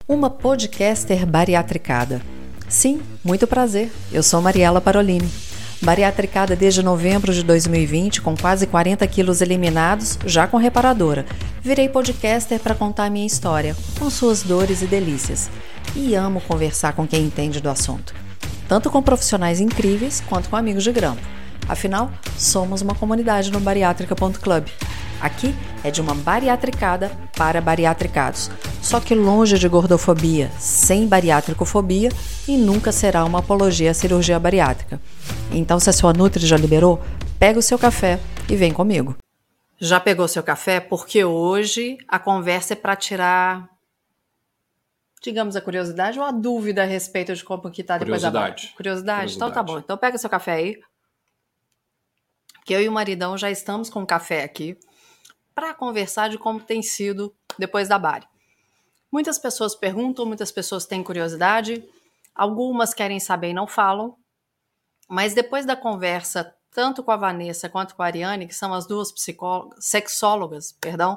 Uma podcaster bariatricada. Sim, muito prazer. Eu sou Mariela Parolini. Bariatricada desde novembro de 2020, com quase 40 quilos eliminados, já com reparadora. Virei podcaster para contar a minha história, com suas dores e delícias. E amo conversar com quem entende do assunto. Tanto com profissionais incríveis, quanto com amigos de grampo. Afinal, somos uma comunidade no bariátrica.club. Aqui é de uma bariatricada para bariatricados, só que longe de gordofobia, sem bariátricofobia e nunca será uma apologia à cirurgia bariátrica. Então, se a sua Nutri já liberou, pega o seu café e vem comigo. Já pegou seu café? Porque hoje a conversa é para tirar, digamos, a curiosidade ou a dúvida a respeito de como que tá depois da barra. Curiosidade? Então tá bom. Então pega seu café aí, que eu e o maridão já estamos com o café aqui para conversar de como tem sido depois da bari. Muitas pessoas perguntam, muitas pessoas têm curiosidade, algumas querem saber e não falam, mas depois da conversa, tanto com a Vanessa quanto com a Ariane, que são as duas sexólogas,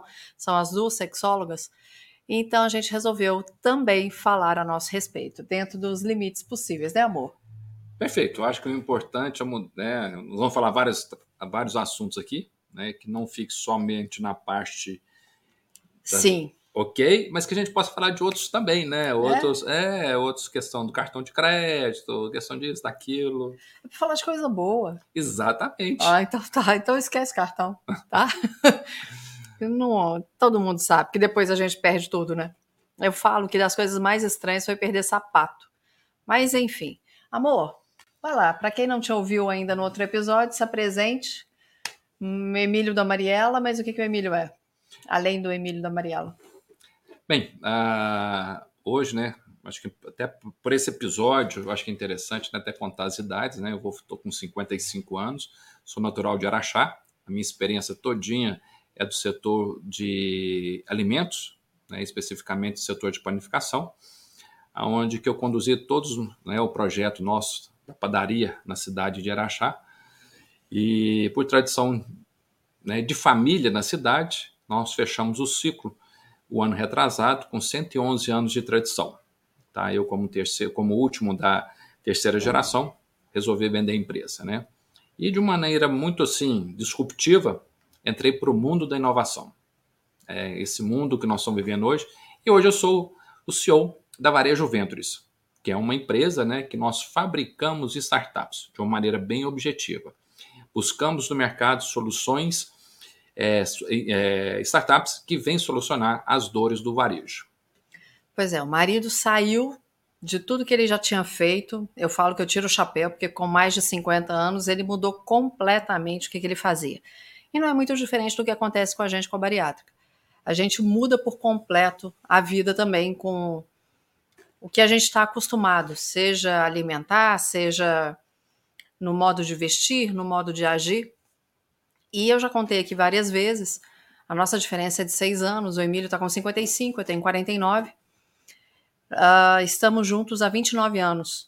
então a gente resolveu também falar a nosso respeito, dentro dos limites possíveis, né, amor? Perfeito, eu acho que o importante é, nós vamos falar vários assuntos aqui, né, que não fique somente na parte Sim. Ok, mas que a gente possa falar de outros também, né? Outros questão do cartão de crédito, questão disso, daquilo. É pra falar de coisa boa. Exatamente. Então tá, então esquece cartão, tá? Não, todo mundo sabe que depois a gente perde tudo, né? Eu falo que das coisas mais estranhas foi perder sapato. Mas enfim, amor, vai lá. Para quem não te ouviu ainda no outro episódio, se apresente. Emílio da Mariela, mas o que o Emílio é? Além do Emílio da Mariela. Bem, hoje, né, acho que até por esse episódio, eu acho que é interessante, né, até contar as idades, né, estou com 55 anos, sou natural de Araxá, a minha experiência todinha é do setor de alimentos, né, especificamente do setor de panificação, onde que eu conduzi todos, né, o projeto nosso da padaria na cidade de Araxá, e por tradição, né, de família na cidade, nós fechamos o ciclo o ano retrasado com 111 anos de tradição. Tá? Eu, como último da terceira geração, resolvi vender a empresa. Né? E de uma maneira muito assim, disruptiva, entrei para o mundo da inovação. Esse mundo que nós estamos vivendo hoje. E hoje eu sou o CEO da Varejo Ventures, que é uma empresa, né, que nós fabricamos startups de uma maneira bem objetiva. Buscamos no mercado soluções, startups que vêm solucionar as dores do varejo. Pois é, o marido saiu de tudo que ele já tinha feito. Eu falo que eu tiro o chapéu, porque com mais de 50 anos ele mudou completamente o que ele fazia. E não é muito diferente do que acontece com a gente com a bariátrica. A gente muda por completo a vida também com o que a gente está acostumado, seja alimentar, seja no modo de vestir, no modo de agir. E eu já contei aqui várias vezes, a nossa diferença é de 6 anos, o Emílio está com 55, eu tenho 49. Estamos juntos há 29 anos.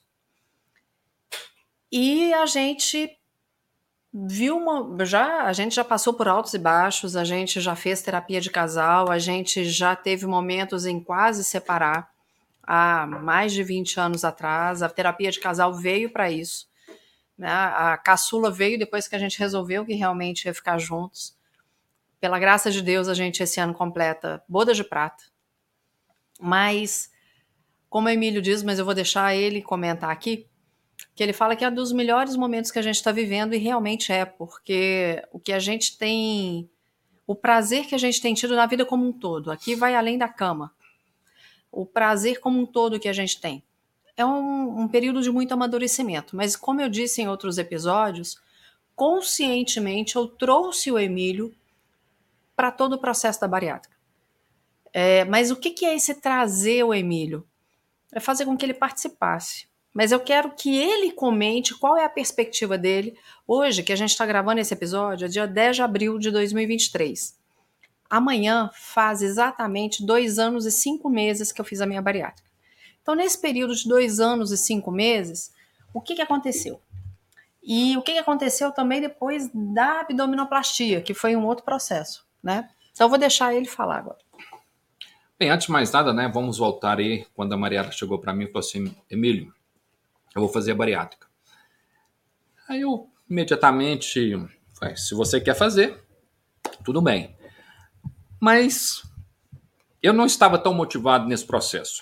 E a gente viu a gente já passou por altos e baixos, a gente já fez terapia de casal, a gente já teve momentos em quase separar há mais de 20 anos atrás. A terapia de casal veio para isso. Né? A caçula veio depois que a gente resolveu que realmente ia ficar juntos. Pela graça de Deus, a gente esse ano completa bodas de prata. Mas, como o Emílio diz, mas eu vou deixar ele comentar aqui, que ele fala que é um dos melhores momentos que a gente está vivendo, e realmente é, porque o que a gente tem, o prazer que a gente tem tido na vida como um todo, aqui vai além da cama, o prazer como um todo que a gente tem. É um período de muito amadurecimento, mas como eu disse em outros episódios, conscientemente eu trouxe o Emílio para todo o processo da bariátrica. Mas o que é esse trazer o Emílio? É fazer com que ele participasse. Mas eu quero que ele comente qual é a perspectiva dele hoje, que a gente está gravando esse episódio, é dia 10 de abril de 2023. Amanhã faz exatamente 2 anos e 5 meses que eu fiz a minha bariátrica. Então, nesse período de 2 anos e 5 meses, o que aconteceu? E o que aconteceu também depois da abdominoplastia, que foi um outro processo, né? Então, eu vou deixar ele falar agora. Bem, antes de mais nada, né, vamos voltar aí quando a Mariela chegou para mim e falou assim, Emílio, eu vou fazer a bariátrica. Aí eu imediatamente falei, se você quer fazer, tudo bem. Mas eu não estava tão motivado nesse processo,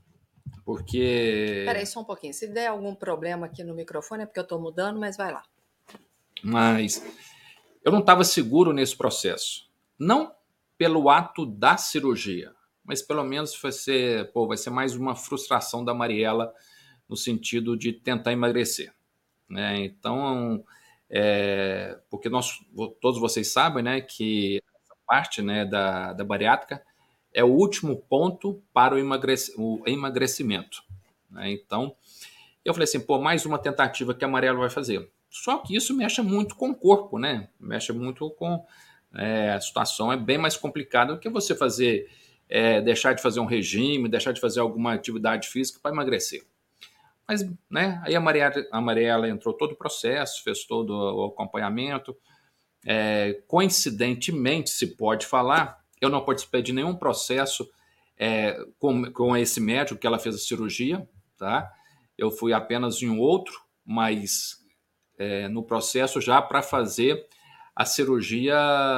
porque Peraí só um pouquinho. Se der algum problema aqui no microfone é porque eu estou mudando, mas vai lá. mas eu não estava seguro nesse processo. Não pelo ato da cirurgia, mas pelo menos vai ser mais uma frustração da Mariela no sentido de tentar emagrecer. Né? Então, porque todos vocês sabem, né, que essa parte, né, da bariátrica é o último ponto para o emagrecimento. Né? Então, eu falei assim, pô, mais uma tentativa que a Mariela vai fazer. Só que isso mexe muito com o corpo, né? Mexe muito com a situação é bem mais complicada do que você fazer, deixar de fazer um regime, deixar de fazer alguma atividade física para emagrecer. Mas, né, aí a Mariela entrou todo o processo, fez todo o acompanhamento. Coincidentemente, se pode falar, eu não participei de nenhum processo com esse médico que ela fez a cirurgia, tá? Eu fui apenas em um outro, mas no processo já para fazer a cirurgia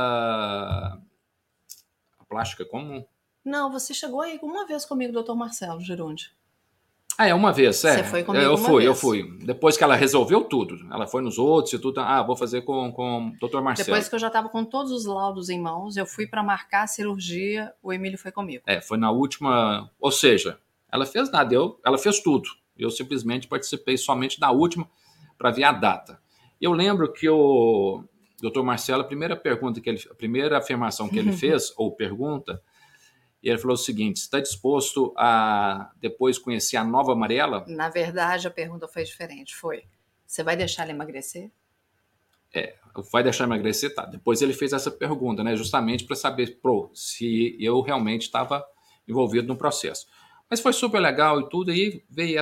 plástica, como? Não, você chegou aí uma vez comigo, doutor Marcelo Girundi. Uma vez, Você foi comigo uma eu vez. fui. Depois que ela resolveu tudo, ela foi nos outros e tudo, vou fazer com o Dr. Marcelo. Depois que eu já estava com todos os laudos em mãos, eu fui para marcar a cirurgia, o Emílio foi comigo. Foi na última, ou seja, ela fez nada, ela fez tudo. Eu simplesmente participei somente da última para ver a data. Eu lembro que o Dr. Marcelo, a primeira afirmação que ele fez, ou pergunta, e ele falou o seguinte: está disposto a depois conhecer a nova Mariela? Na verdade, a pergunta foi diferente. Foi: você vai deixar ela emagrecer? Vai deixar emagrecer? Tá. Depois ele fez essa pergunta, né? Justamente para saber se eu realmente estava envolvido no processo. Mas foi super legal e tudo, e veio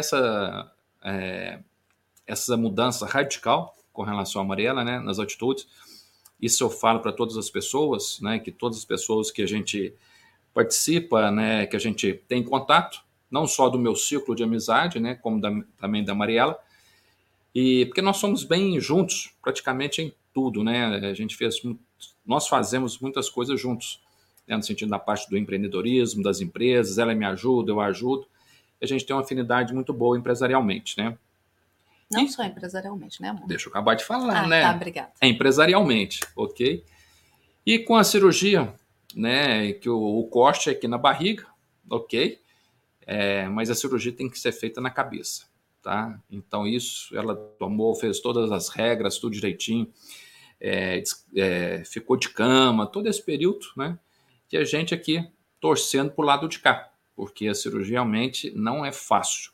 essa mudança radical com relação à Mariela, né? Nas atitudes. Isso eu falo para todas as pessoas, né? Que todas as pessoas que a gente participa, né? Que a gente tem contato, não só do meu círculo de amizade, né? Como também da Mariela. E porque nós somos bem juntos, praticamente em tudo, né? Nós fazemos muitas coisas juntos, né? No sentido da parte do empreendedorismo, das empresas, ela me ajuda, eu ajudo. E a gente tem uma afinidade muito boa empresarialmente, né? Não só empresarialmente, né, amor? Deixa eu acabar de falar, né? Tá, obrigada. Empresarialmente, ok? E com a cirurgia, né? Que o corte é aqui na barriga, ok? Mas a cirurgia tem que ser feita na cabeça. Tá? Então isso ela tomou, fez todas as regras, tudo direitinho, ficou de cama, todo esse período, né? E a gente aqui torcendo para o lado de cá, porque a cirurgia realmente não é fácil.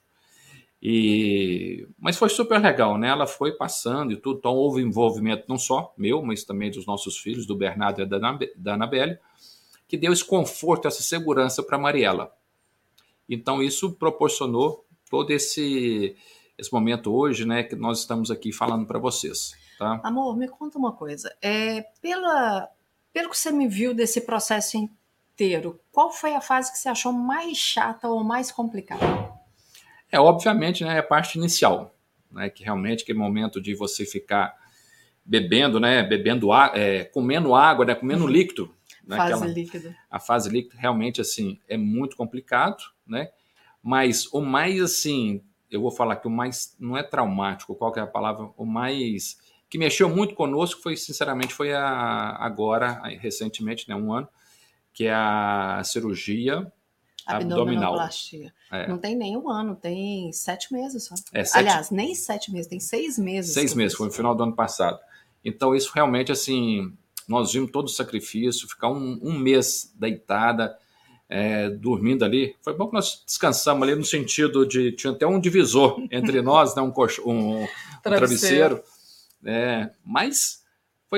Mas foi super legal, né? Ela foi passando e tudo, então houve envolvimento não só meu, mas também dos nossos filhos, do Bernardo e da Anabelle, que deu esse conforto, essa segurança para a Mariela. Então isso proporcionou todo esse momento hoje, né, que nós estamos aqui falando para vocês. Tá? Amor, me conta uma coisa. Pelo que você me viu desse processo inteiro, qual foi a fase que você achou mais chata ou mais complicada? Obviamente, né, a parte inicial, né, que realmente aquele momento de você ficar bebendo, né, comendo água, né, comendo líquido. Né, Fase líquida. A fase líquida realmente assim é muito complicado, né? Mas o mais assim, eu vou falar que o mais não é traumático, qual que é a palavra, o mais que mexeu muito conosco foi agora, recentemente, né, um ano, que é a cirurgia abdominal. Não tem nem um ano, tem 7 meses só. 7... Aliás, nem 7 meses, tem 6 meses. 6 meses, foi no final do ano passado. Então isso realmente assim, nós vimos todo o sacrifício, ficar um mês deitada, dormindo ali. Foi bom que nós descansamos ali no sentido de tinha até um divisor entre nós, né, um travesseiro. Mas foi,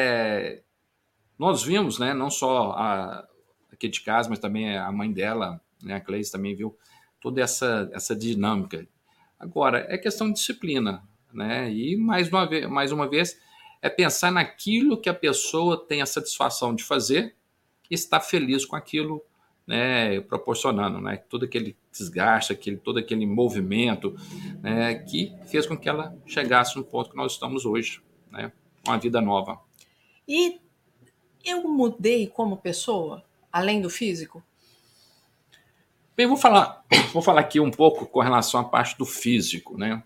nós vimos, né, não só aqui de casa, mas também a mãe dela, né, a Cleise também viu toda essa dinâmica. Agora, é questão de disciplina, né? E mais uma vez é pensar naquilo que a pessoa tem a satisfação de fazer e estar feliz com aquilo né, proporcionando, né, todo aquele desgaste, todo aquele movimento, né, que fez com que ela chegasse no ponto que nós estamos hoje, né, uma vida nova. E eu mudei como pessoa, além do físico? Bem, vou falar aqui um pouco com relação à parte do físico, né?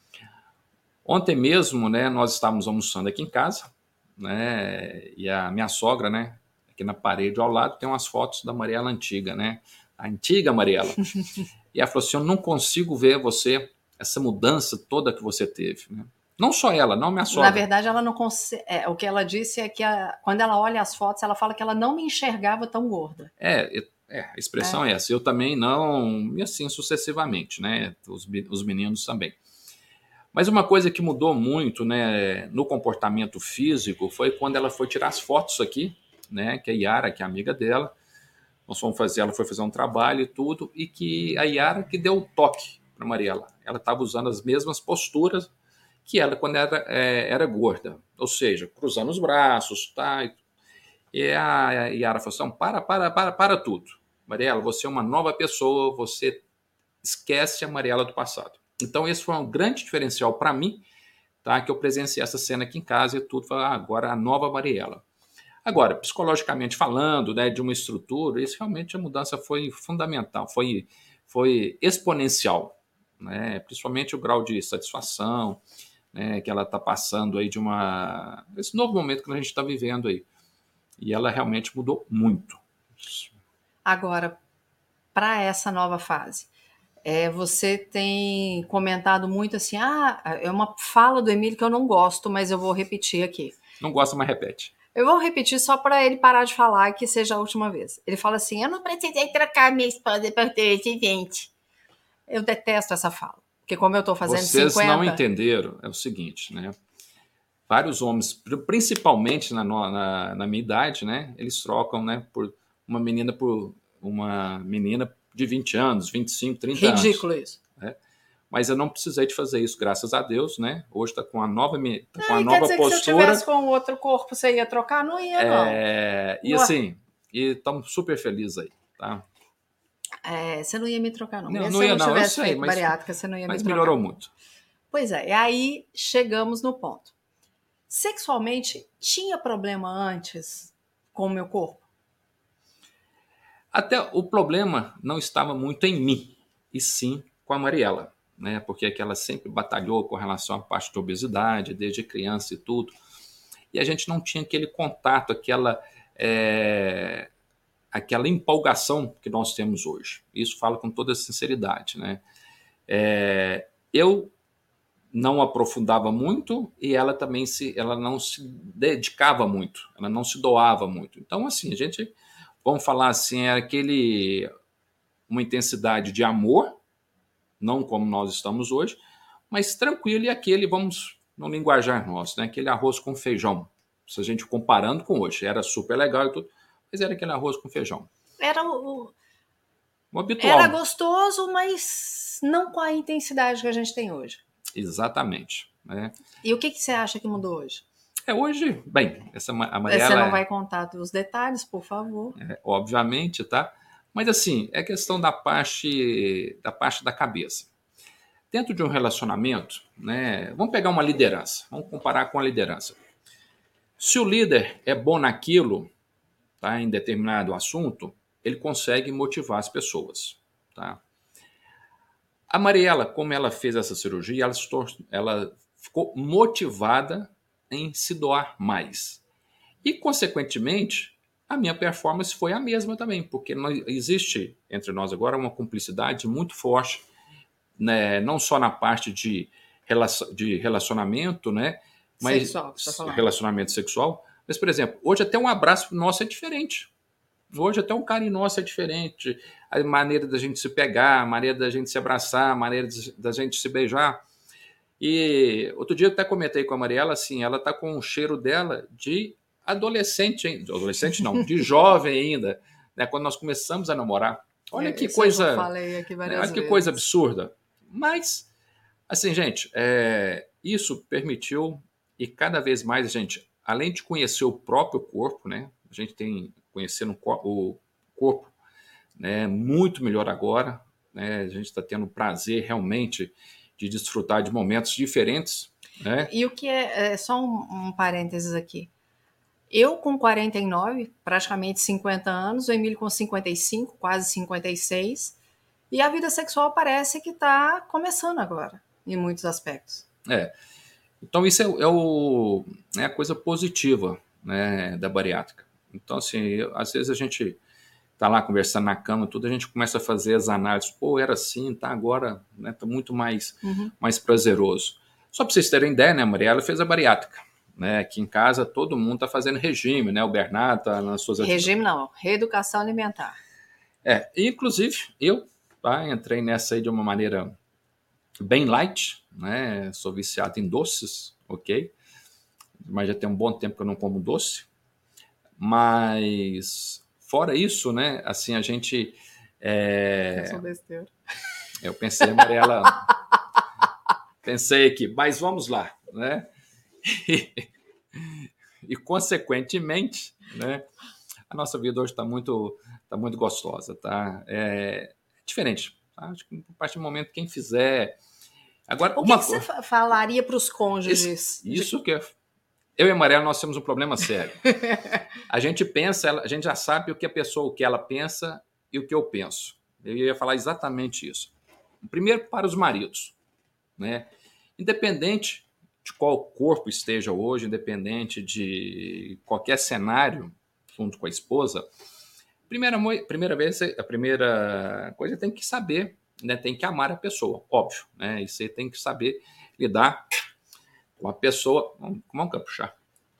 Ontem mesmo, né, nós estávamos almoçando aqui em casa, né, e a minha sogra, né, aqui na parede ao lado tem umas fotos da Mariela antiga, né, a antiga Mariela. E ela falou assim: eu não consigo ver você, essa mudança toda que você teve, né? Não só ela, não minha sogra. Na verdade, ela não consegue. O que ela disse é que quando ela olha as fotos, ela fala que ela não me enxergava tão gorda. A expressão é essa. Eu também não, e assim sucessivamente, né? Os meninos também. Mas uma coisa que mudou muito, né, no comportamento físico foi quando ela foi tirar as fotos aqui, né? Que a Yara, que é amiga dela, ela foi fazer um trabalho e tudo, e que a Yara que deu o toque para Mariela. Ela estava usando as mesmas posturas que ela quando era gorda, ou seja, cruzando os braços, tá? E a Yara falou assim: para tudo. Mariela, você é uma nova pessoa, você esquece a Mariela do passado. Então esse foi um grande diferencial para mim, tá? Que eu presenciei essa cena aqui em casa e tudo, falei, agora a nova Mariela. Agora, psicologicamente falando, né, de uma estrutura, isso realmente a mudança foi fundamental, foi exponencial, né? Principalmente o grau de satisfação, né, que ela está passando aí esse novo momento que a gente está vivendo aí. E ela realmente mudou muito. Agora, para essa nova fase, você tem comentado muito assim, é uma fala do Emílio que eu não gosto, mas eu vou repetir aqui. Não gosta, mas repete. Eu vou repetir só para ele parar de falar que seja a última vez. Ele fala assim: eu não precisei trocar minha esposa por ter gente. Eu detesto essa fala. Porque como eu estou fazendo Vocês 50... não entenderam, é o seguinte, né? Vários homens, principalmente na minha idade, né? Eles trocam, né, por uma menina de 20 anos, 25, 30 anos. Ridículo isso. Né? Mas eu não precisei de fazer isso, graças a Deus, né? Hoje está com uma nova, Quer dizer postura. Que se eu tivesse com outro corpo, você ia trocar? Não ia, não. E assim, estamos super felizes aí, tá? Você não ia me trocar, não. Não, Se eu não tivesse sei, feito bariátrica, você não ia me trocar. Mas melhorou muito. Pois é, e aí chegamos no ponto. Sexualmente, tinha problema antes com o meu corpo? Até o problema não estava muito em mim, e sim com a Mariela, né? Porque ela sempre batalhou com relação à parte da obesidade, desde criança e tudo. E a gente não tinha aquele contato, aquela empolgação que nós temos hoje. Isso falo com toda sinceridade, né? Eu não aprofundava muito e ela também ela não se dedicava muito, ela não se doava muito. Então, assim, a gente, vamos falar assim, era uma intensidade de amor, não como nós estamos hoje, mas tranquilo e vamos no linguajar nosso, né? Aquele arroz com feijão. Se a gente comparando com hoje, era super legal e tudo, mas era aquele arroz com feijão. Era o habitual. Era gostoso, mas não com a intensidade que a gente tem hoje. Exatamente. Né? E o que você acha que mudou hoje? Hoje, bem, a Mariela... Você não vai contar os detalhes, por favor. Obviamente, tá? Mas assim, é questão da parte da cabeça. Dentro de um relacionamento, né? Vamos pegar uma liderança, vamos comparar com a liderança. Se o líder é bom naquilo, tá, em determinado assunto, ele consegue motivar as pessoas, tá? A Mariela, como ela fez essa cirurgia, ela ficou motivada em se doar mais. E, consequentemente, a minha performance foi a mesma também, porque existe entre nós agora uma cumplicidade muito forte, né, não só na parte de relacionamento, né, mas relacionamento sexual, mas, por exemplo, hoje até um abraço nosso é diferente. Hoje até um carinho nosso é diferente. A maneira da gente se pegar, a maneira da gente se abraçar, a maneira da gente se beijar. E outro dia eu até comentei com a Mariela, assim, ela tá com o cheiro dela de adolescente não, de jovem ainda, né, quando nós começamos a namorar. Olha que coisa, eu falei aqui várias vezes. Que coisa absurda. Mas, assim, gente, isso permitiu, e cada vez mais a gente, além de conhecer o próprio corpo, né, a gente tem conhecendo o corpo né? Muito melhor agora, né? A gente está tendo o prazer realmente de desfrutar de momentos diferentes, né? E o que só um parênteses aqui. Eu com 49, praticamente 50 anos, o Emílio com 55, quase 56, e a vida sexual parece que está começando agora, em muitos aspectos. Então isso é a coisa positiva, né, da bariátrica. Então, assim, às vezes a gente tá lá conversando na cama, tudo, a gente começa a fazer as análises. Pô, era assim, tá agora, né, tá muito mais prazeroso. Só para vocês terem ideia, né, a Mariela fez a bariátrica, né? Aqui em casa todo mundo tá fazendo regime, né? O Bernardo tá nas suas atividades. Regime não, reeducação alimentar. Inclusive eu, tá, entrei nessa aí de uma maneira bem light, né? Sou viciado em doces, ok? Mas já tem um bom tempo que eu não como doce. Mas fora isso, né? Assim, a gente Pensou besteira. eu pensei, Mariela, pensei aqui, mas vamos lá, né? E consequentemente, né? A nossa vida hoje tá muito gostosa, tá? É diferente, tá? Acho que a partir do momento quem fizer. Agora, O que você falaria para os cônjuges? Isso que eu e a Mariela, nós temos um problema sério. A gente pensa, a gente já sabe o que ela pensa e o que eu penso. Eu ia falar exatamente isso. Primeiro, para os maridos, né? Independente de qual corpo esteja hoje, independente de qualquer cenário junto com a esposa, a primeira coisa tem que saber, né? Tem que amar a pessoa, óbvio, né? E você tem que saber lidar com a pessoa. Vamos capuchar.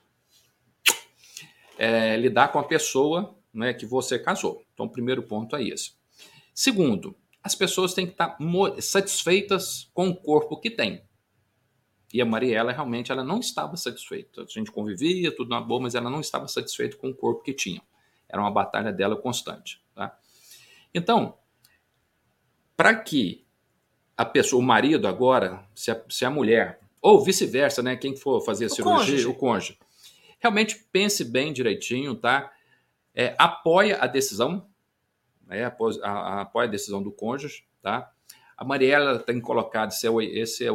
Lidar com a pessoa, né, que você casou. Então, o primeiro ponto é esse. Segundo, as pessoas têm que estar satisfeitas com o corpo que tem. E a Mariela, realmente, ela não estava satisfeita. A gente convivia, tudo na boa, mas ela não estava satisfeita com o corpo que tinha. Era uma batalha dela constante. Tá? Então, para que a pessoa, o marido agora, se a mulher, ou vice-versa, né, quem for fazer a cirurgia, o cônjuge, realmente pense bem direitinho, tá? Apoia a decisão, né? Apoia a decisão do cônjuge, tá? A Mariela tem colocado, esse é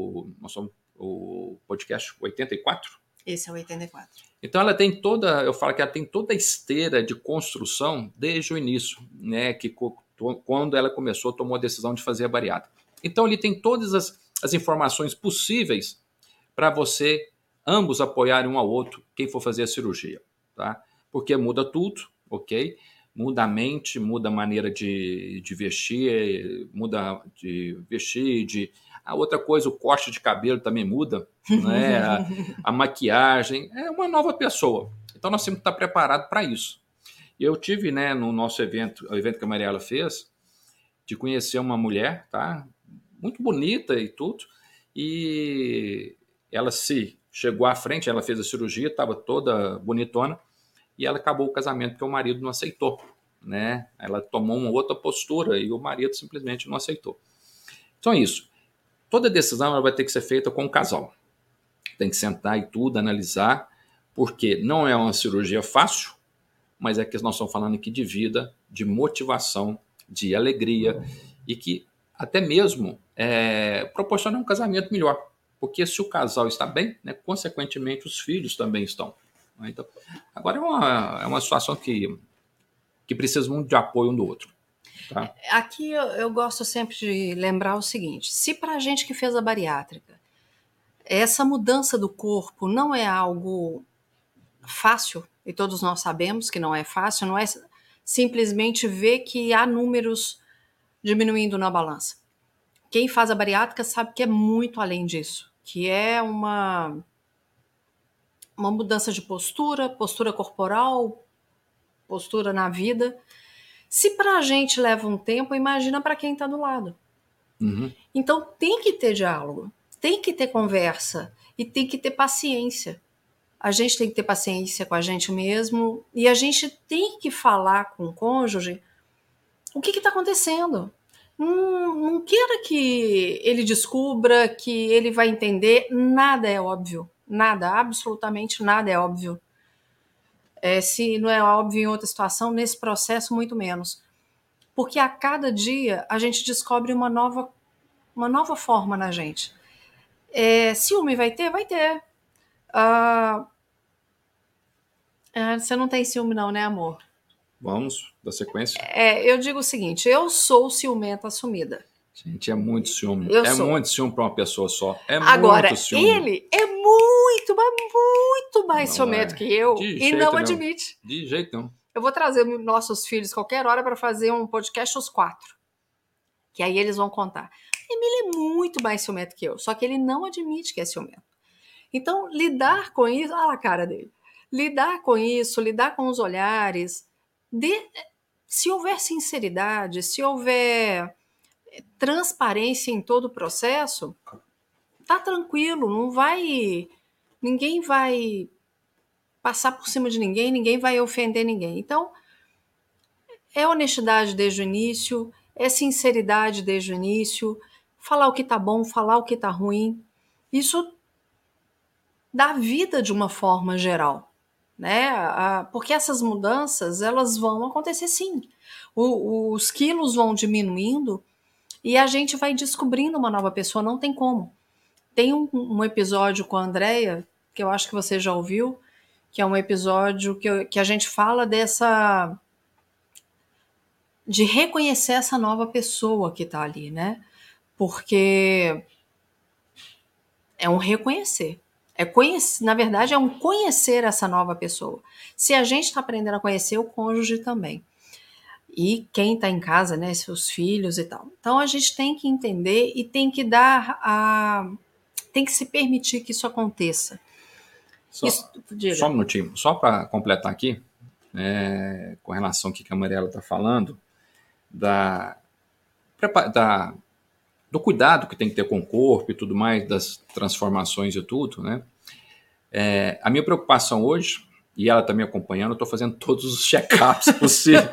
o podcast 84. Esse é o 84. Então eu falo que ela tem toda a esteira de construção desde o início, né? Que quando ela tomou a decisão de fazer a bariátrica. Então ele tem todas as informações possíveis para você ambos apoiarem um ao outro quem for fazer a cirurgia, tá? Porque muda tudo, ok? Muda a mente, muda a maneira de vestir, a outra coisa, o corte de cabelo também muda, né? A maquiagem, é uma nova pessoa. Então nós temos que estar preparados para isso. Eu tive, né, no nosso evento, o evento que a Mariela fez, de conhecer uma mulher, tá? Muito bonita e tudo, e ela chegou à frente, ela fez a cirurgia, estava toda bonitona, e ela acabou o casamento porque o marido não aceitou, né? Ela tomou uma outra postura e o marido simplesmente não aceitou. Então é isso. Toda decisão ela vai ter que ser feita com o casal. Tem que sentar e tudo, analisar, porque não é uma cirurgia fácil, mas é que nós estamos falando aqui de vida, de motivação, de alegria, e que até mesmo proporciona um casamento melhor. Porque se o casal está bem, né, consequentemente os filhos também estão. Então, agora é uma situação que precisa muito de apoio um do outro. Tá? Aqui eu gosto sempre de lembrar o seguinte: se para a gente que fez a bariátrica, essa mudança do corpo não é algo fácil, e todos nós sabemos que não é fácil, não é simplesmente ver que há números diminuindo na balança. Quem faz a bariátrica sabe que é muito além disso, que é uma mudança de postura corporal, postura na vida. Se para a gente leva um tempo, imagina para quem está do lado. Uhum. Então tem que ter diálogo, tem que ter conversa e tem que ter paciência. A gente tem que ter paciência com a gente mesmo e a gente tem que falar com o cônjuge o que está acontecendo. Não queira que ele descubra, que ele vai entender. Nada é óbvio. Nada, absolutamente nada é óbvio. Se não é óbvio em outra situação, nesse processo, muito menos. Porque a cada dia a gente descobre uma nova forma na gente. Ciúme vai ter? Vai ter. Você não tem ciúme não, né, amor? Vamos, da sequência. Eu digo o seguinte, eu sou ciumenta assumida. Gente, é muito ciúme. Eu É sou. muito ciúme para uma pessoa só. É Agora, muito ciúme. ele é muito, mas muito mais Não ciumento é. que eu De e jeito não nenhum. admite. De jeito nenhum. Eu vou trazer nossos filhos qualquer hora para fazer um podcast os 4. Que aí eles vão contar. Emílio é muito mais ciumento que eu, só que ele não admite que é ciumento. Então, lidar com isso, olha a cara dele. Lidar com isso, lidar com os olhares, se houver sinceridade, se houver transparência em todo o processo, tá tranquilo, ninguém vai passar por cima de ninguém, ninguém vai ofender ninguém. Então, é honestidade desde o início, é sinceridade desde o início, falar o que tá bom, falar o que tá ruim. Isso dá vida de uma forma geral, né? Porque essas mudanças, elas vão acontecer sim. Os quilos vão diminuindo e a gente vai descobrindo uma nova pessoa, não tem como. Tem um episódio com a Andrea, que eu acho que você já ouviu, que é um episódio que a gente fala de reconhecer essa nova pessoa que tá ali, né? Porque é um reconhecer. Na verdade, é um conhecer essa nova pessoa. Se a gente está aprendendo a conhecer o cônjuge também. E quem está em casa, né? Seus filhos e tal. Então a gente tem que entender e tem que tem que se permitir que isso aconteça. Só um minutinho. Só para completar aqui, com relação ao que a Mariela está falando, do cuidado que tem que ter com o corpo e tudo mais, das transformações e tudo, né? A minha preocupação hoje, e ela está me acompanhando, eu estou fazendo todos os check-ups possíveis.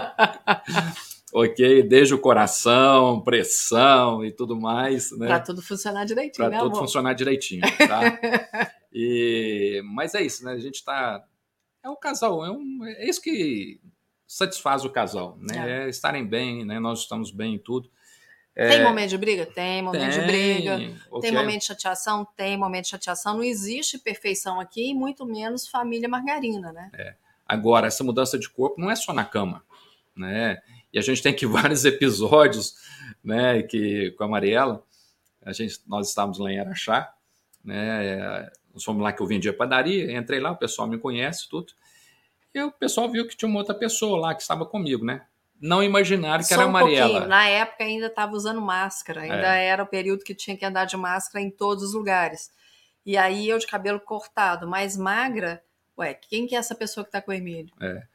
Ok? Desde o coração, pressão e tudo mais. Né? Para tudo funcionar direitinho, Para tudo funcionar direitinho, tá? Mas é isso, né? A gente está... É um casal, é isso que satisfaz o casal, né? É estarem bem, né? Nós estamos bem em tudo. Tem momento de briga? Tem momento de briga. Okay. Tem momento de chateação? Tem momento de chateação. Não existe perfeição aqui, e muito menos família margarina, né? Agora, essa mudança de corpo não é só na cama, né? E a gente tem aqui vários episódios, né? Que com a Mariela, nós estávamos lá em Araxá, né? Nós fomos lá que eu vendia padaria, entrei lá, o pessoal me conhece, tudo. E o pessoal viu que tinha uma outra pessoa lá que estava comigo, né? Não imaginaram que era a Mariela. Pouquinho. Na época ainda estava usando máscara, ainda era o período que tinha que andar de máscara em todos os lugares. E aí eu de cabelo cortado, mais magra, quem que é essa pessoa que está com o Emílio?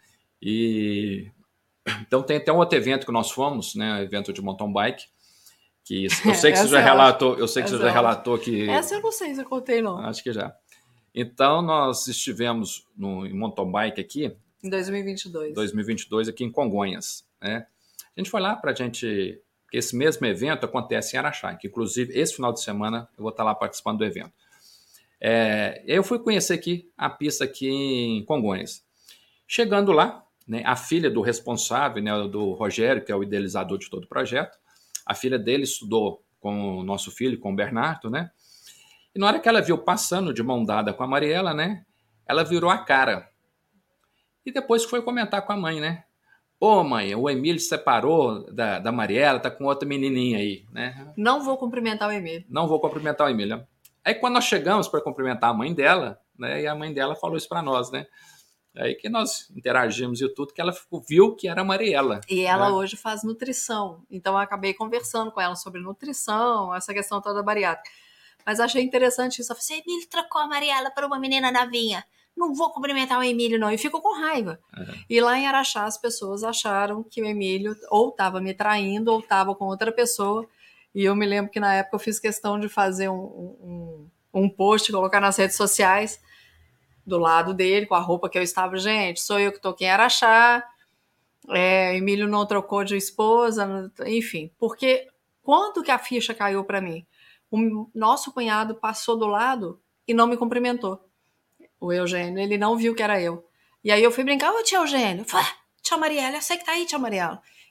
Então tem até um outro evento que nós fomos, né? Evento de mountain bike, que eu sei que você já relatou, que... Essa eu não sei se eu contei, não. Acho que já. Então nós estivemos em mountain bike aqui, em 2022. 2022, aqui em Congonhas. Né? A gente foi lá para a gente... Porque esse mesmo evento acontece em Araxá, que inclusive esse final de semana eu vou estar lá participando do evento. Eu fui conhecer aqui a pista aqui em Congonhas. Chegando lá, né, a filha do responsável, né, do Rogério, que é o idealizador de todo o projeto, a filha dele estudou com o nosso filho, com o Bernardo, né? E na hora que ela viu passando de mão dada com a Mariela, né? Ela virou a cara. E depois foi comentar com a mãe, né? Pô, mãe, o Emílio se separou da Mariela, tá com outra menininha aí, né? Não vou cumprimentar o Emílio. Não vou cumprimentar o Emílio. Aí quando nós chegamos para cumprimentar a mãe dela, né? E a mãe dela falou isso para nós, né? Aí que nós interagimos e tudo, que ela viu que era a Mariela. E ela hoje faz nutrição. Então eu acabei conversando com ela sobre nutrição, essa questão toda bariátrica. Mas achei interessante isso. Eu falei, Emílio trocou a Mariela para uma menina novinha. Não vou cumprimentar o Emílio, não. E ficou com raiva. E lá em Araxá, as pessoas acharam que o Emílio ou estava me traindo ou estava com outra pessoa. E eu me lembro que na época eu fiz questão de fazer um post, colocar nas redes sociais, do lado dele, com a roupa que eu estava. Gente, sou eu que estou aqui em Araxá. Emílio não trocou de esposa, enfim. Porque quando que a ficha caiu para mim? O nosso cunhado passou do lado e não me cumprimentou. O Eugênio, ele não viu que era eu. E aí eu fui brincar, ô tia Eugênio, tia Mariela, eu sei que tá aí, tia Mariela.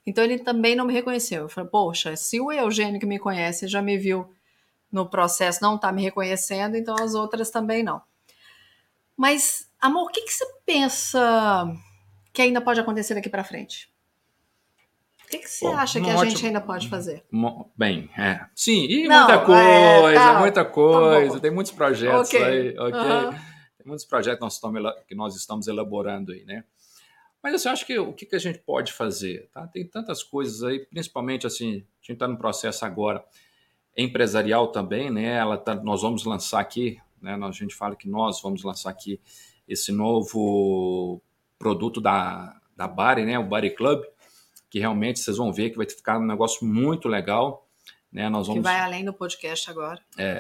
Então ele também não me reconheceu. Eu falei, poxa, se o Eugênio que me conhece já me viu no processo não está me reconhecendo, então as outras também não. Mas, amor, o que você pensa que ainda pode acontecer daqui para frente? O que você Bom, acha que a gente ainda pode fazer? Bem, sim, e Não, muita tá coisa, bom. tem muitos projetos Ok. aí, ok? Uhum. Tem muitos projetos que nós estamos elaborando aí, né? Mas assim, eu acho que o que a gente pode fazer, tá? Tem tantas coisas aí, principalmente assim, a gente está no processo agora empresarial também, né? Nós vamos lançar aqui, né? A gente fala que nós vamos lançar aqui esse novo produto da Bari, né? O Bari Club, que realmente vocês vão ver que vai ficar um negócio muito legal, né? Nós Que vai vamos além do podcast agora.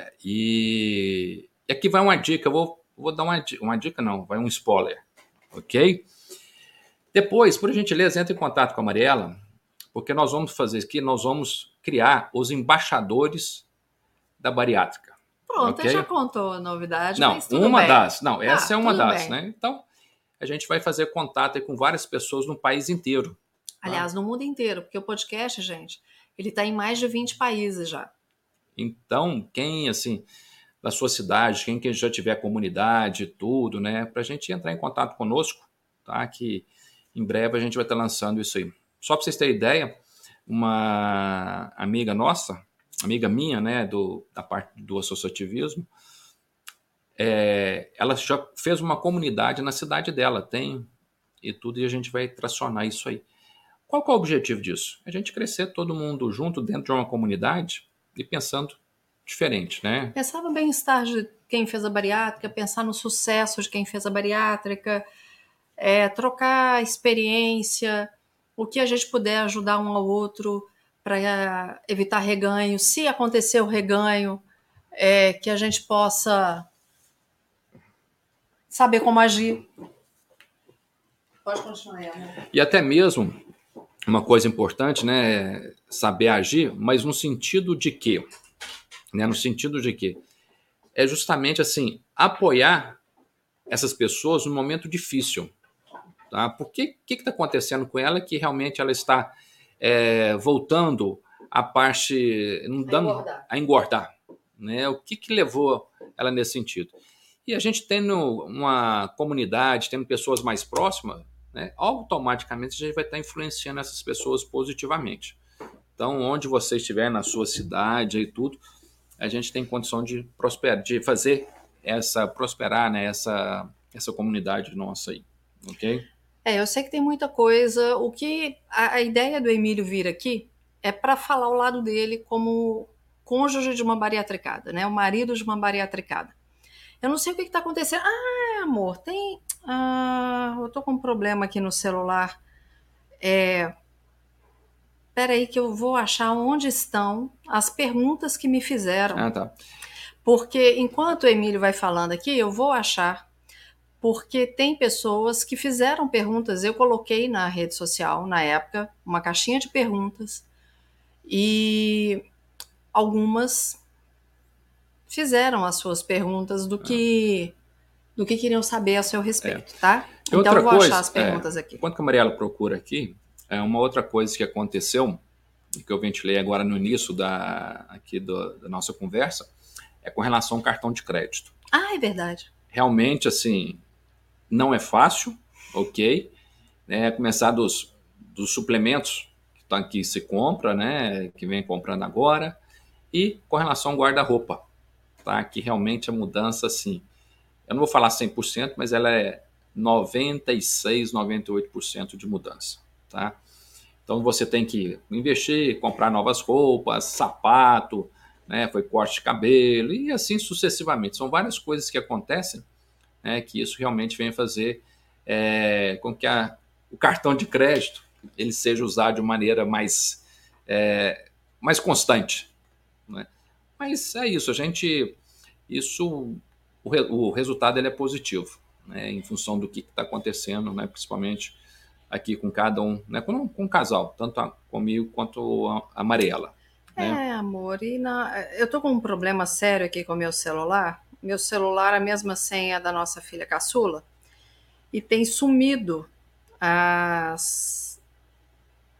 e aqui vai uma dica, vou dar uma dica não, vai um spoiler, ok? Depois, por gentileza, entre em contato com a Mariela, porque nós vamos fazer aqui, nós vamos criar os embaixadores da bariátrica, Pronto, você já ok? contou a novidade, Não, mas tudo bem. não, Tá, essa é uma tudo das, bem. né? Então, a gente vai fazer contato aí com várias pessoas no país inteiro, tá? Aliás, no mundo inteiro, porque o podcast, gente, ele está em mais de 20 países já. Então, quem, assim, da sua cidade, quem que já tiver comunidade, tudo, né? Para a gente entrar em contato conosco, tá? Que em breve a gente vai estar lançando isso aí. Só para vocês terem ideia, uma amiga nossa, amiga minha, né, da parte do associativismo, ela já fez uma comunidade na cidade dela, tem e tudo, e a gente vai tracionar isso aí. Qual que é o objetivo disso? A gente crescer todo mundo junto dentro de uma comunidade e pensando diferente, né? Pensar no bem-estar de quem fez a bariátrica, pensar no sucesso de quem fez a bariátrica, trocar experiência, o que a gente puder ajudar um ao outro para evitar reganho. Se acontecer o reganho, que a gente possa saber como agir. Pode continuar aí, amor. E até mesmo uma coisa importante, né, é saber agir, mas no sentido de quê? Né, no sentido de quê? É justamente assim, apoiar essas pessoas num momento difícil. Tá? Porque o que está acontecendo com ela que realmente ela está voltando a parte, não dando, a engordar. Né? O que levou ela nesse sentido? E a gente tendo uma comunidade, tendo pessoas mais próximas, né, automaticamente a gente vai estar influenciando essas pessoas positivamente. Então, onde você estiver na sua cidade e tudo, a gente tem condição de prosperar, de fazer prosperar, né, essa comunidade nossa aí, ok? Eu sei que tem muita coisa. O que a ideia do Emílio vir aqui é para falar o lado dele como cônjuge de uma bariatricada, né? O marido de uma bariatricada. Eu não sei o que está acontecendo. Ah, amor, tem. Eu tô com um problema aqui no celular. Peraí que eu vou achar onde estão as perguntas que me fizeram. Ah, tá. Porque enquanto o Emílio vai falando aqui, eu vou achar. Porque tem pessoas que fizeram perguntas. Eu coloquei na rede social, na época, uma caixinha de perguntas. E algumas fizeram as suas perguntas do que queriam saber a seu respeito, tá? E Então outra eu vou achar coisa, as perguntas aqui. enquanto que a Mariela procura aqui, uma outra coisa que aconteceu, que eu ventilei agora no início da nossa conversa, é com relação ao cartão de crédito. Ah, é verdade. Realmente, assim, não é fácil, ok? Começar dos suplementos que se compra, né? Que vem comprando agora, e com relação ao guarda-roupa, tá? Que realmente a mudança, assim, eu não vou falar 100%, mas ela é 96, 98% de mudança, tá? Então você tem que investir, comprar novas roupas, sapato, né? Foi corte de cabelo e assim sucessivamente. São várias coisas que acontecem, né? Que isso realmente vem fazer com que o cartão de crédito ele seja usado de maneira mais constante, né? Mas é isso, isso o resultado ele é positivo, né? Em função do que está acontecendo, né? Principalmente aqui com cada um, né? Com o casal, tanto comigo quanto a Mariela, né? Amor, eu tô com um problema sério aqui com o meu celular. Meu celular é a mesma senha da nossa filha caçula e tem sumido as,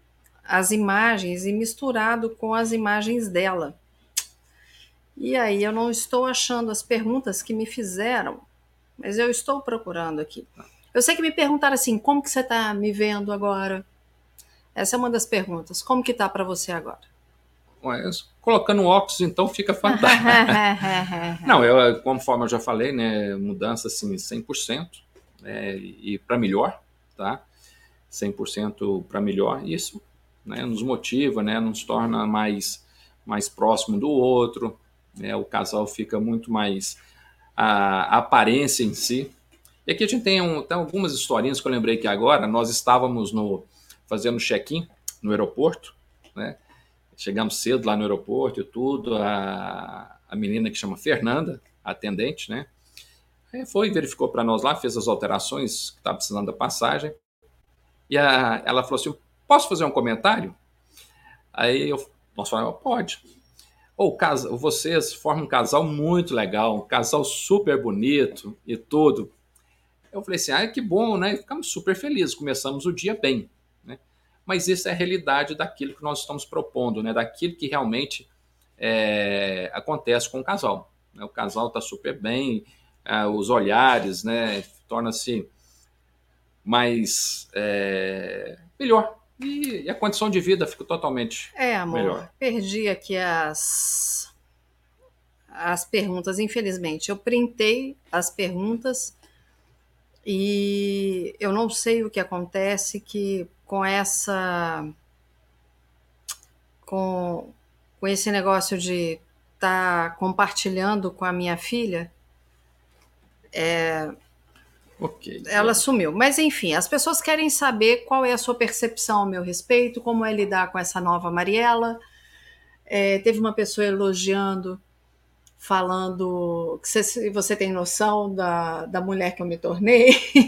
as imagens e misturado com as imagens dela. E aí eu não estou achando as perguntas que me fizeram, mas eu estou procurando aqui. Eu sei que me perguntaram assim, como que você está me vendo agora? Essa é uma das perguntas. Como que tá para você agora? Colocando óculos, então, fica fantástico. Não, conforme eu já falei, né, mudança assim 100%, né, e para melhor, tá? 100% para melhor. Isso, né, nos motiva, né, nos torna mais próximo do outro, né, o casal fica muito mais a aparência em si. E aqui a gente tem algumas historinhas que eu lembrei que agora nós estávamos fazendo check-in no aeroporto, né? Chegamos cedo lá no aeroporto e tudo, a menina que chama Fernanda, a atendente, né? Foi, verificou para nós lá, fez as alterações que estava precisando da passagem. E ela falou assim, posso fazer um comentário? Aí nós falamos, pode. Vocês formam um casal muito legal, um casal super bonito e tudo. Eu falei assim, que bom, né? Ficamos super felizes, começamos o dia bem, né? Mas isso é a realidade daquilo que nós estamos propondo, né? Daquilo que realmente acontece com o casal, né? O casal está super bem, os olhares, né? Torna-se mais melhor. E a condição de vida fica totalmente amor, melhor. Perdi aqui as perguntas, infelizmente. Eu printei as perguntas e eu não sei o que acontece que com esse negócio de estar compartilhando com a minha filha, ela sumiu. Mas enfim, as pessoas querem saber qual é a sua percepção ao meu respeito, como é lidar com essa nova Mariela. Teve uma pessoa elogiando, falando que você tem noção da mulher que eu me tornei.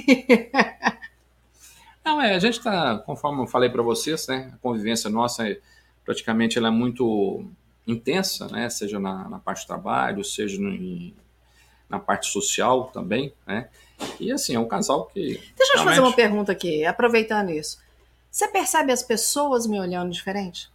Não, a gente está, conforme eu falei para vocês, né, a convivência nossa praticamente ela é muito intensa, né, seja na parte do trabalho, seja na parte social também, né, e assim, é um casal que... Deixa eu te fazer uma pergunta aqui, aproveitando isso. Você percebe as pessoas me olhando diferente?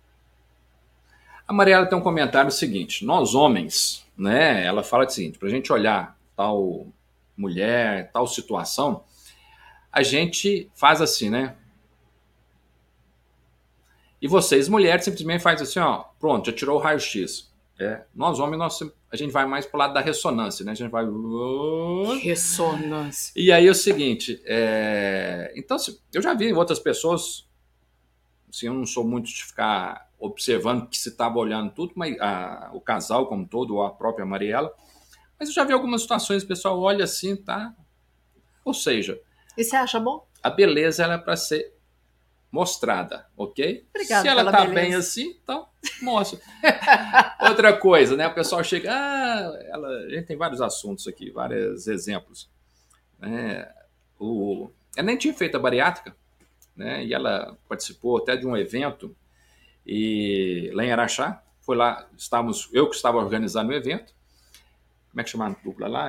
A Mariela tem um comentário seguinte, nós homens, né, ela fala o seguinte, para a gente olhar tal mulher, tal situação, a gente faz assim, né? E vocês, mulheres, simplesmente fazem assim, ó, pronto, já tirou o raio-x. Nós, homens, a gente vai mais pro lado da ressonância, né? A gente vai... Ressonância. E aí é o seguinte, então, eu já vi outras pessoas, assim, eu não sou muito de ficar observando que se estava olhando tudo, mas o casal como todo, ou a própria Mariela, mas eu já vi algumas situações, o pessoal olha assim, tá? Ou seja... E você acha bom? A beleza ela é para ser mostrada, ok? Obrigada. Se ela tá bem assim, então mostra. Outra coisa, né? O pessoal chega, a gente tem vários assuntos aqui, vários exemplos. Ela nem tinha feito a bariátrica, né? E ela participou até de um evento lá em Araxá. Foi lá, eu que estava organizando o evento. Como é que chama a dupla lá?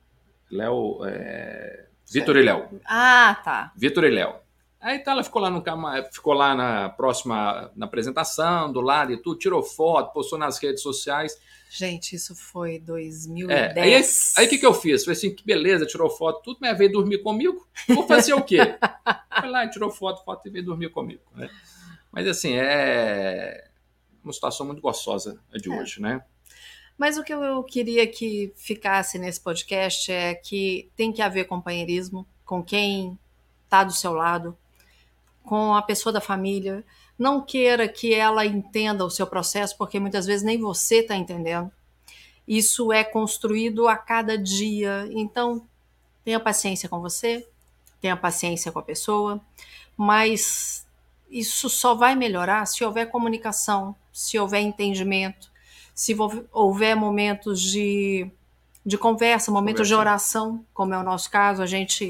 Vitor e Léo. Ah, tá. Vitor e Léo. Aí então ela ficou lá na apresentação, do lado e tudo, tirou foto, postou nas redes sociais. Gente, isso foi 2010. Aí o que eu fiz? Falei assim, que beleza, tirou foto, tudo, mas veio dormir comigo. Vou fazer o quê? Foi lá e tirou foto e veio dormir comigo. Né? Mas assim, é uma situação muito gostosa de hoje, né? Mas o que eu queria que ficasse nesse podcast é que tem que haver companheirismo com quem está do seu lado, com a pessoa da família. Não queira que ela entenda o seu processo, porque muitas vezes nem você está entendendo. Isso é construído a cada dia. Então, tenha paciência com você, tenha paciência com a pessoa, mas isso só vai melhorar se houver comunicação, se houver entendimento, se houver momentos de conversa, momentos de oração, como é o nosso caso,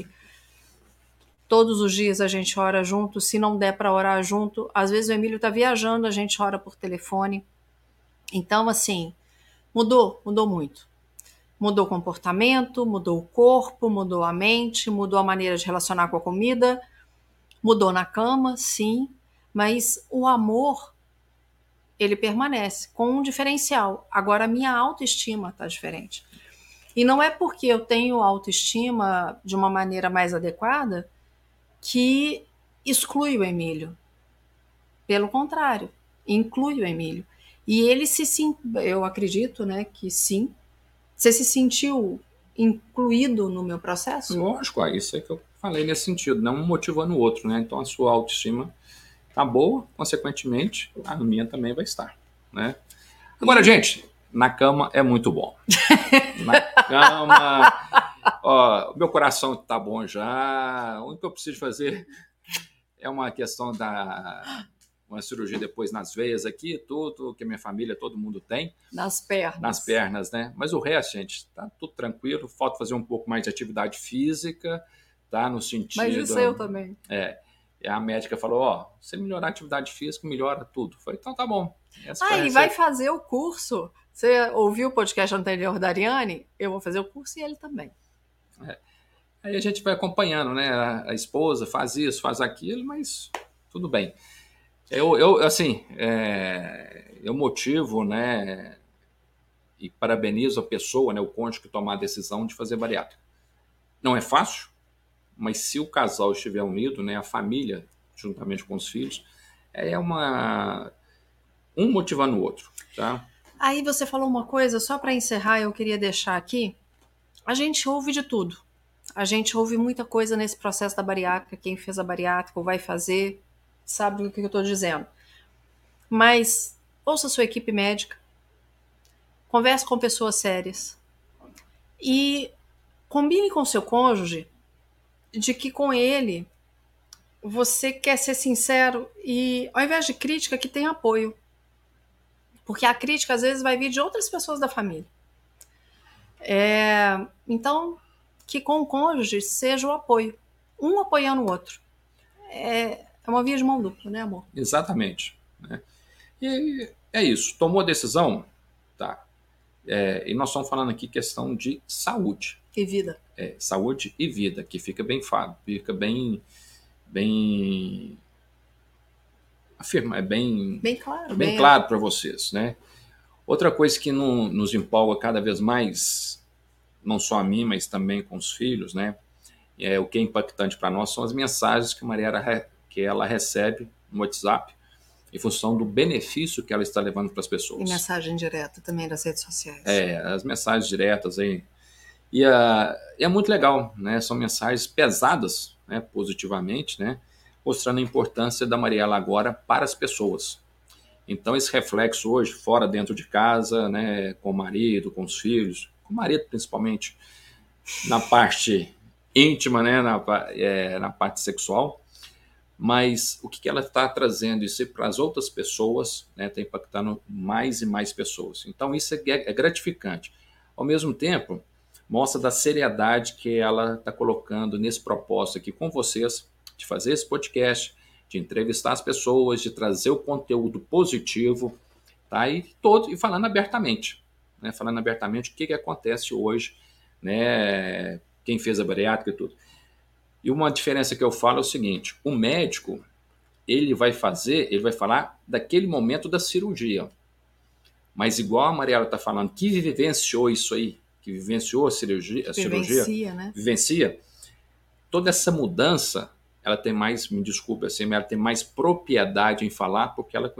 todos os dias a gente ora junto, se não der para orar junto, às vezes o Emílio está viajando, a gente ora por telefone. Então, assim, mudou muito. Mudou o comportamento, mudou o corpo, mudou a mente, mudou a maneira de relacionar com a comida, mudou na cama, sim, Mas o amor, ele permanece com um diferencial. Agora, a minha autoestima está diferente. E não é porque eu tenho autoestima de uma maneira mais adequada que exclui o Emílio. Pelo contrário, inclui o Emílio. E ele eu acredito, né, que sim. Você se sentiu incluído no meu processo? Lógico, isso é que eu falei nesse sentido, não um motivando o outro, né? Então a sua autoestima tá boa, consequentemente, a minha também vai estar, né? Agora, gente, na cama é muito bom. Na cama, ó, o meu coração tá bom já. O único que eu preciso fazer é uma questão uma cirurgia depois nas veias aqui, tudo que a minha família, todo mundo tem. Nas pernas. Nas pernas, né? Mas o resto, gente, tá tudo tranquilo. Falta fazer um pouco mais de atividade física, tá? No sentido... Mas isso eu também. E a médica falou, ó, se melhorar a atividade física, melhora tudo. Eu falei, então tá bom. E vai fazer o curso. Você ouviu o podcast anterior da Ariane? Eu vou fazer o curso e ele também. Aí a gente vai acompanhando, né? A esposa faz isso, faz aquilo, mas tudo bem. Eu motivo, né? E parabenizo a pessoa, né? O cônjuge que tomar a decisão de fazer bariátrica. Não é fácil, mas se o casal estiver unido, né? A família, juntamente com os filhos, um motivando o outro, tá? Aí você falou uma coisa, só para encerrar, eu queria deixar aqui. A gente ouve de tudo. A gente ouve muita coisa nesse processo da bariátrica. Quem fez a bariátrica ou vai fazer, sabe o que eu estou dizendo. Mas ouça sua equipe médica. Converse com pessoas sérias. E combine com seu cônjuge de que com ele você quer ser sincero e, ao invés de crítica, que tem apoio. Porque a crítica, às vezes, vai vir de outras pessoas da família. Então, que com o cônjuge seja o apoio. Um apoiando o outro. É uma via de mão dupla, né, amor? Exatamente. Né? E é isso. Tomou a decisão? Tá. E nós estamos falando aqui questão de saúde. E vida. Saúde e vida, que fica bem afirma, bem claro. Bem claro para vocês, né? Outra coisa que nos empolga cada vez mais, não só a mim, mas também com os filhos, né? O que é impactante para nós são as mensagens que a Mariela que ela recebe no WhatsApp em função do benefício que ela está levando para as pessoas. E mensagem direta também das redes sociais. As mensagens diretas aí. E é muito legal, né? São mensagens pesadas, né? Positivamente, né? Mostrando a importância da Mariela agora para as pessoas. Então, esse reflexo hoje, fora, dentro de casa, né? Com o marido, com os filhos, com o marido principalmente, na parte íntima, né? Na parte sexual. Mas o que ela está trazendo isso para as outras pessoas, né? Está impactando mais e mais pessoas. Então, isso é gratificante. Ao mesmo tempo, mostra da seriedade que ela está colocando nesse propósito aqui com vocês, de fazer esse podcast, de entrevistar as pessoas, de trazer o conteúdo positivo, tá? E falando abertamente, né? Falando abertamente o que acontece hoje, né? Quem fez a bariátrica e tudo. E uma diferença que eu falo é o seguinte: o médico, ele vai falar daquele momento da cirurgia. Mas igual a Mariela está falando, que vivenciou isso aí, que vivenciou a cirurgia, né? Vivencia, toda essa mudança, ela tem mais, me desculpe assim, ela tem mais propriedade em falar, porque ela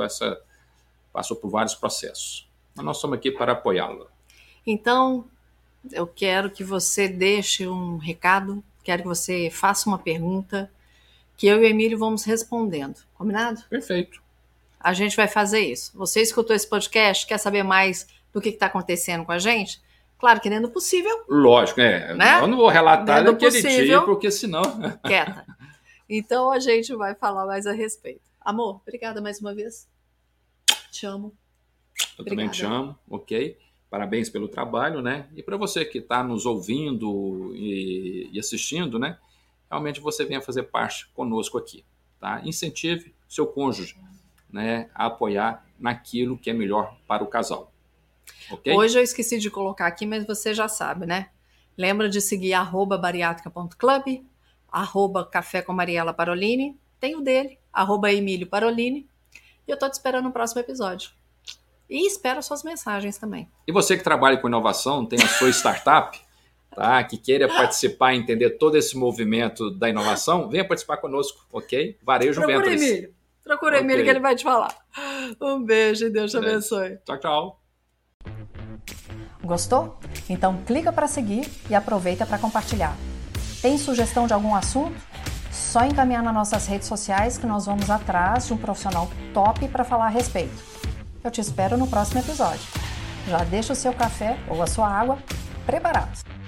passou por vários processos. Mas nós estamos aqui para apoiá-la. Então, eu quero que você deixe um recado, quero que você faça uma pergunta, que eu e o Emílio vamos respondendo. Combinado? Perfeito. A gente vai fazer isso. Você escutou esse podcast, quer saber mais do que está acontecendo com a gente? Claro que dentro do possível. Lógico, né? Eu não vou relatar daquele dia, porque senão... Quieta. Então a gente vai falar mais a respeito. Amor, obrigada mais uma vez. Te amo. Eu também te amo, ok? Parabéns pelo trabalho, né? E para você que está nos ouvindo e assistindo, né? Realmente você venha fazer parte conosco aqui, tá? Incentive seu cônjuge, né, a apoiar naquilo que é melhor para o casal. Okay? Hoje eu esqueci de colocar aqui, mas você já sabe, né? Lembra de seguir @bariátrica.club, @café com Mariela Parolini, tem o dele, @Emílio Parolini. E eu tô te esperando no próximo episódio. E espero suas mensagens também. E você que trabalha com inovação, tem a sua startup, tá? Que queira participar e entender todo esse movimento da inovação, venha participar conosco, ok? Varejo Ventures. Procura Emílio que ele vai te falar. Um beijo e Deus te abençoe. Tchau, tchau. Gostou? Então clica para seguir e aproveita para compartilhar. Tem sugestão de algum assunto? Só encaminhar nas nossas redes sociais que nós vamos atrás de um profissional top para falar a respeito. Eu te espero no próximo episódio. Já deixa o seu café ou a sua água preparados.